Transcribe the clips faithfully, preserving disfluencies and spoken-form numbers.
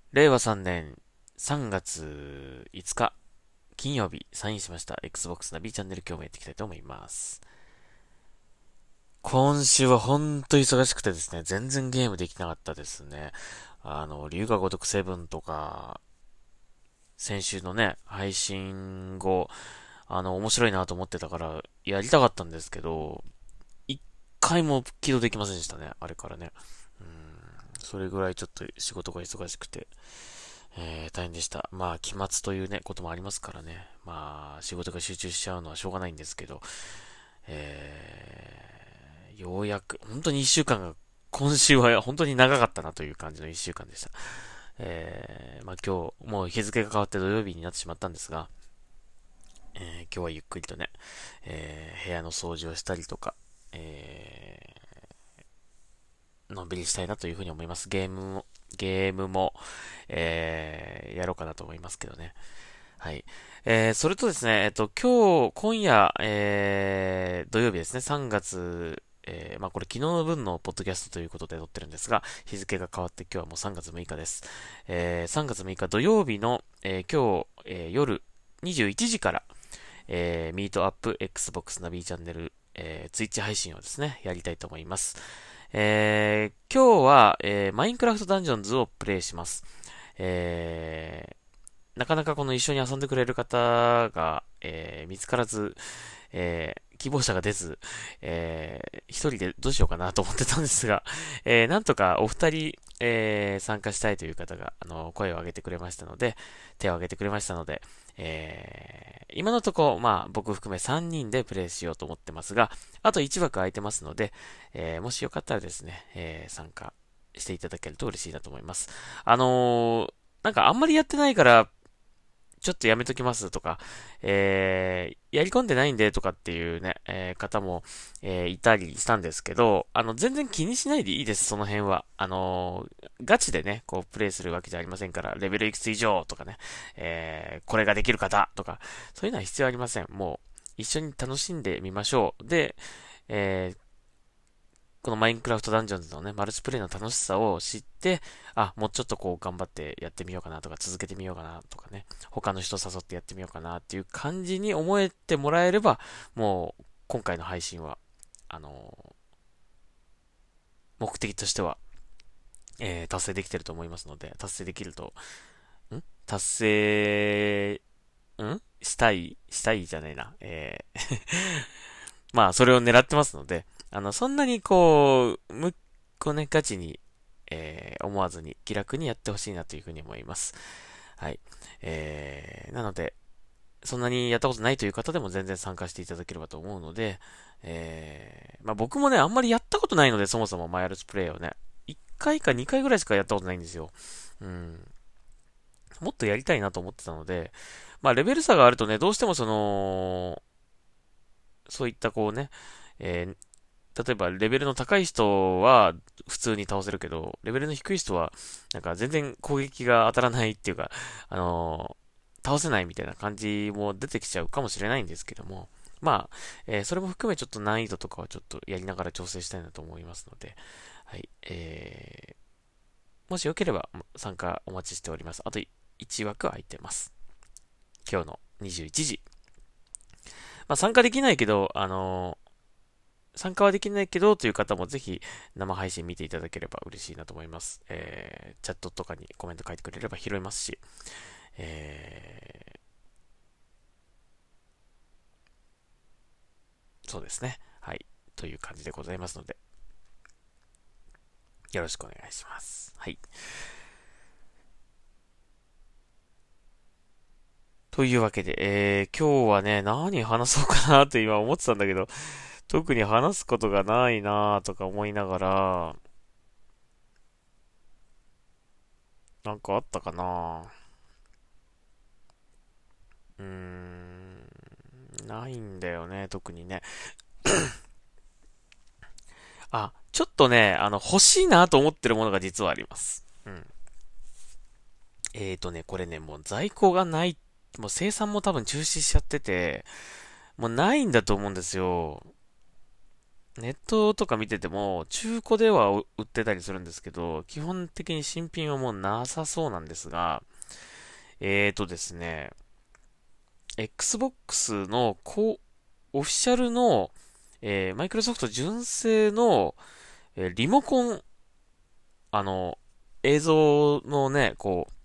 れいわさんねんさんがついつか金曜日サインしました Xbox ナビチャンネル今日もやっていきたいと思います。今週はほんと忙しくてですね、全然ゲームできなかったですね。あの、龍が如くセブンとか、先週のね、配信後、あの、面白いなと思ってたから、やりたかったんですけど、一回も起動できませんでしたね、あれからね。うん、それぐらいちょっと仕事が忙しくて、えー、大変でした。まあ、期末というね、こともありますからね。まあ、仕事が集中しちゃうのはしょうがないんですけど、えー、ようやく、本当に一週間が、今週は本当に長かったなという感じの一週間でした。えー、まあ今日、もう日付が変わって土曜日になってしまったんですが、えー、今日はゆっくりとね、えー、部屋の掃除をしたりとか、えー、のんびりしたいなというふうに思います。ゲームも、ゲームも、えー、やろうかなと思いますけどね。はい。えー、それとですね、えっと、今日、今夜、えー、土曜日ですね、さんがつ、えー、まあこれ昨日の分のポッドキャストということで撮ってるんですが、日付が変わって今日はもうさんがつむいかです。えー、さんがつむいか土曜日の、えー、今日、えー、夜にじゅういちじから、えー、ミートアップ Xbox ナビチャンネル、えー、ツイッチ配信をですね、やりたいと思います。えー、今日は、えー、マインクラフトダンジョンズをプレイします。えー、なかなかこの一緒に遊んでくれる方が、えー見つからず、えー希望者が出ず、えー一人でどうしようかなと思ってたんですが、えーなんとかお二人、えー参加したいという方が、あの、声を上げてくれましたので、手を挙げてくれましたので、えー今のところ、まあ、僕含めさんにんでプレイしようと思ってますが、あといちわく空いてますので、えーもしよかったらですね、えー参加していただけると嬉しいなと思います。あのーなんかあんまりやってないから、ちょっとやめときますとか、えー、やり込んでないんでとかっていうね、えー方も、えーいたりしたんですけど、あの、全然気にしないでいいです、その辺は。あのーガチでね、こう、プレイするわけじゃありませんから、レベルいくつ以上とかね、えー、これができる方とか、そういうのは必要ありません。もう、一緒に楽しんでみましょう。で、えーこのマインクラフトダンジョンズのね、マルチプレイの楽しさを知って、あ、もうちょっとこう頑張ってやってみようかなとか、続けてみようかなとかね、他の人誘ってやってみようかなっていう感じに思えてもらえれば、もう今回の配信は、あのー目的としては、えー達成できてると思いますので、達成できると、ん達成、んしたいしたいじゃないな。えーまあ、それを狙ってますので、あの、そんなにこう、む、こうね、ガチに、えー、思わずに気楽にやってほしいなというふうに思います。はい。えー、なので、そんなにやったことないという方でも全然参加していただければと思うので、えー、まあ僕もね、あんまりやったことないので、そもそもマイアルスプレイをね、いっかいかにかいぐらいしかやったことないんですよ。うん。もっとやりたいなと思ってたので、まあレベル差があるとね、どうしてもその、そういったこうね、えー例えばレベルの高い人は普通に倒せるけど、レベルの低い人はなんか全然攻撃が当たらないっていうか、あのー倒せないみたいな感じも出てきちゃうかもしれないんですけども、まあ、えーそれも含めちょっと難易度とかはちょっとやりながら調整したいなと思いますので、はい、えー、もしよければ参加お待ちしております。あといちわく空いてます。今日のにじゅういちじ。まあ参加できないけど、あのー参加はできないけどという方もぜひ生配信見ていただければ嬉しいなと思います。えー、チャットとかにコメント書いてくれれば拾いますし、えー、そうですね。はい。という感じでございますので、よろしくお願いします。はい。というわけで、えー、今日はね、何話そうかなと今思ってたんだけど、特に話すことがないなとか思いながら、なんかあったかなうーん、ないんだよね、特にね。あ、ちょっとね、あの、欲しいなと思ってるものが実はあります。うん。えーとね、これね、もう在庫がない、もう生産も多分中止しちゃってて、もうないんだと思うんですよ。 ネットとか見てても、中古では売ってたりするんですけど、基本的に新品はもうなさそうなんですが、えーとですね、Xbox のこう、オフィシャルの、えー、マイクロソフト純正の、えーリモコン、あの、映像のね、こう、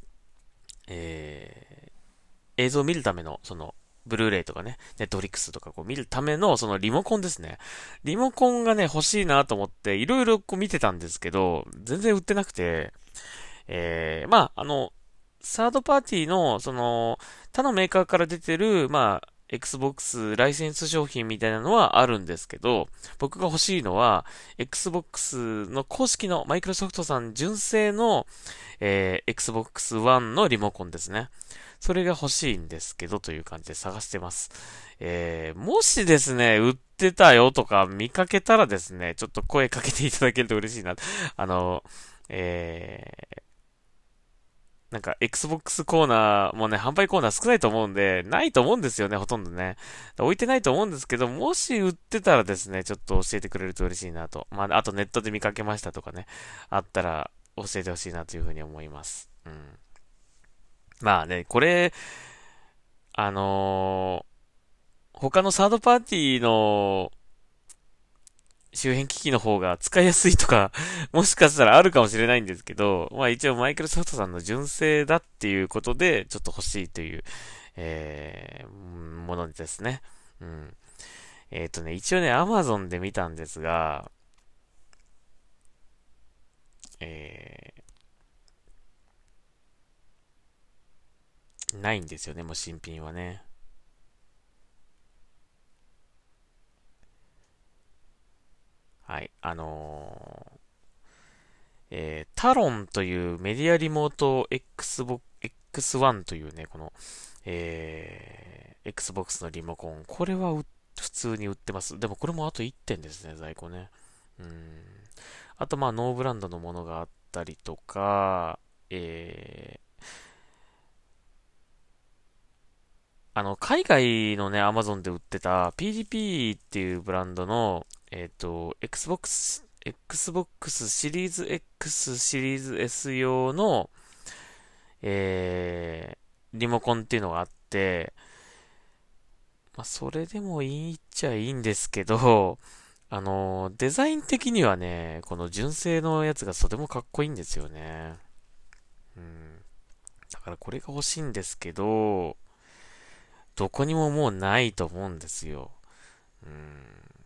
えー、映像を見るための、その、ブルーレイとかね、ネットフリックスとかこう見るための、そのリモコンですね。リモコンがね、欲しいなと思って、いろいろこう見てたんですけど、全然売ってなくて、えー、まあ、あの、サードパーティーの、その、他のメーカーから出てる、まあ、Xbox ライセンス商品みたいなのはあるんですけど、僕が欲しいのは、Xbox の公式のマイクロソフトさん純正の、えー、Xbox One のリモコンですね。それが欲しいんですけど、という感じで探してます。えー、もしですね、売ってたよとか見かけたらですね、ちょっと声かけていただけると嬉しいな。あの、えなんか Xbox コーナーもね、販売コーナー少ないと思うんで、ないと思うんですよね、ほとんどね。置いてないと思うんですけど、もし売ってたらですね、ちょっと教えてくれると嬉しいなと。まあ、あとネットで見かけましたとかね、あったら教えてほしいなというふうに思います。うん。まあね、これ、あのー他のサードパーティーの周辺機器の方が使いやすいとか、もしかしたらあるかもしれないんですけど、まあ一応マイクロソフトさんの純正だっていうことで、ちょっと欲しいという、えー、ものですね。うん。えっ、ー、とね、一応ね、アマゾンで見たんですが、えー、ないんですよね、もう新品はね。はい。あのーえー、タロンというメディアリモート Xbox、エックスワン というね、この、えー、Xbox のリモコン。これは普通に売ってます。でもこれもあといってんですね、在庫ね。うん。あとまあノーブランドのものがあったりとか、えー、あの、海外のね、Amazon で売ってた ピーディーピー っていうブランドの、えっと、Xbox、Xbox シリーズ X シリーズ S 用の、えー、リモコンっていうのがあって、まあ、それでもいいっちゃいいんですけど、あの、デザイン的にはね、この純正のやつがとてもかっこいいんですよね。うん。だからこれが欲しいんですけど、どこにももうないと思うんですよ。うん。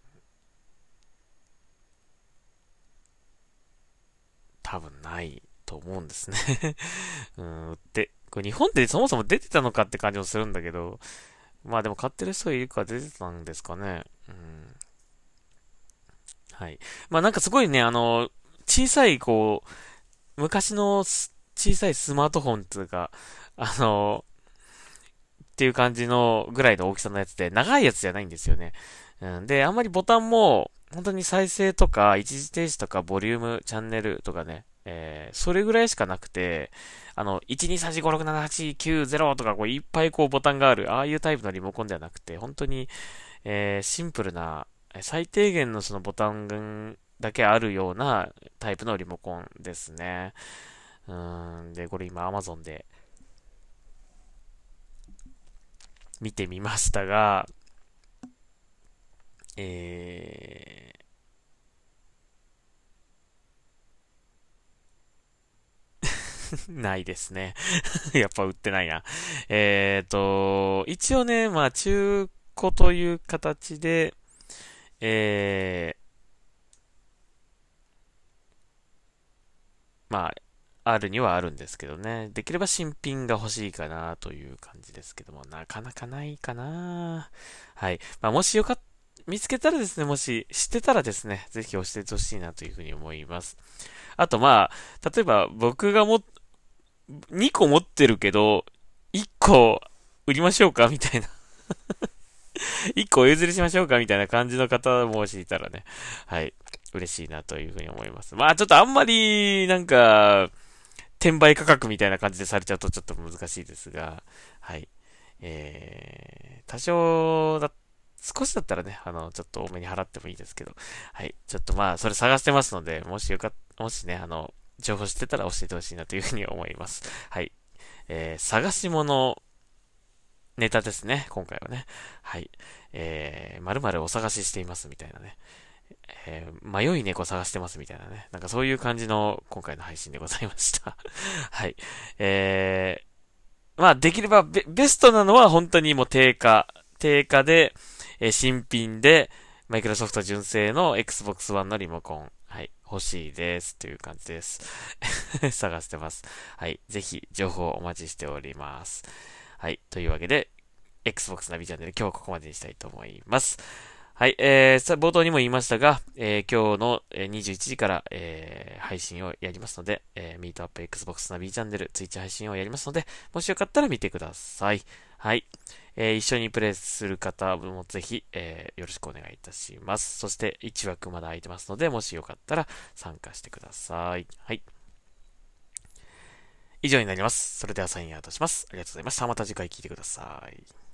多分ないと思うんですね。うん。で、これ日本でそもそも出てたのかって感じもするんだけど、まあでも買ってる人いるから出てたんですかね。うん。はい。まあなんかすごいね、あの、小さい、こう、昔の小さいスマートフォンっていうか、あの、っていう感じのぐらいの大きさのやつで、長いやつじゃないんですよね。うん、で、あんまりボタンも、本当に再生とか、一時停止とか、ボリューム、チャンネルとかね、えー、それぐらいしかなくて、あの、いち、に、さん、よん、ご、ろく、なな、はち、きゅう、ゼロとか、こう、いっぱいこうボタンがある、ああいうタイプのリモコンではなくて、本当に、えー、シンプルな、最低限のそのボタンだけあるようなタイプのリモコンですね。うーん、で、これ今 Amazon で見てみましたが、えー、ないですね。やっぱ売ってないな。えーと、一応ね、まあ中古という形で、えー、まあ、あるにはあるんですけどね。できれば新品が欲しいかなという感じですけども、なかなかないかな。はい。まあ、もしよかっ見つけたらですね、もし知ってたらですね、ぜひ教えてほしいなというふうに思います。あとまあ、例えば僕がも、にこ持ってるけど、いっこ売りましょうかみたいな。いっこお譲りしましょうかみたいな感じの方もしいたらね、はい、嬉しいなというふうに思います。まあちょっとあんまり、なんか、転売価格みたいな感じでされちゃうとちょっと難しいですが、はい。えー、多少だっ少しだったらね、あの、ちょっと多めに払ってもいいですけど、はい。ちょっとまあ、それ探してますので、もしよかっ、もしね、あの、情報知ってたら教えてほしいなというふうに思います。はい。えー、探し物ネタですね、今回はね。はい。えー、〇〇お探ししていますみたいなね。えー、迷い猫探してますみたいなね。なんかそういう感じの今回の配信でございました。はい。えー、まあできればベベストなのは本当にもう定価。定価で、えー新品で、マイクロソフト純正の Xbox One のリモコン。はい。欲しいです。という感じです。探してます。はい。ぜひ、情報お待ちしております。はい。というわけで、Xbox ナビチャンネル今日はここまでにしたいと思います。はい、えー、さ冒頭にも言いましたが、えー、今日のえーにじゅういちじから、えー、配信をやりますので、えー、ミートアップ Xbox ナビチャンネル、ツイッチ配信をやりますので、もしよかったら見てください。はい。えー、一緒にプレイする方もぜひ、えー、よろしくお願いいたします。そして、いち枠まだ空いてますので、もしよかったら参加してください。はい。以上になります。それではサインアウトします。ありがとうございました。また次回聞いてください。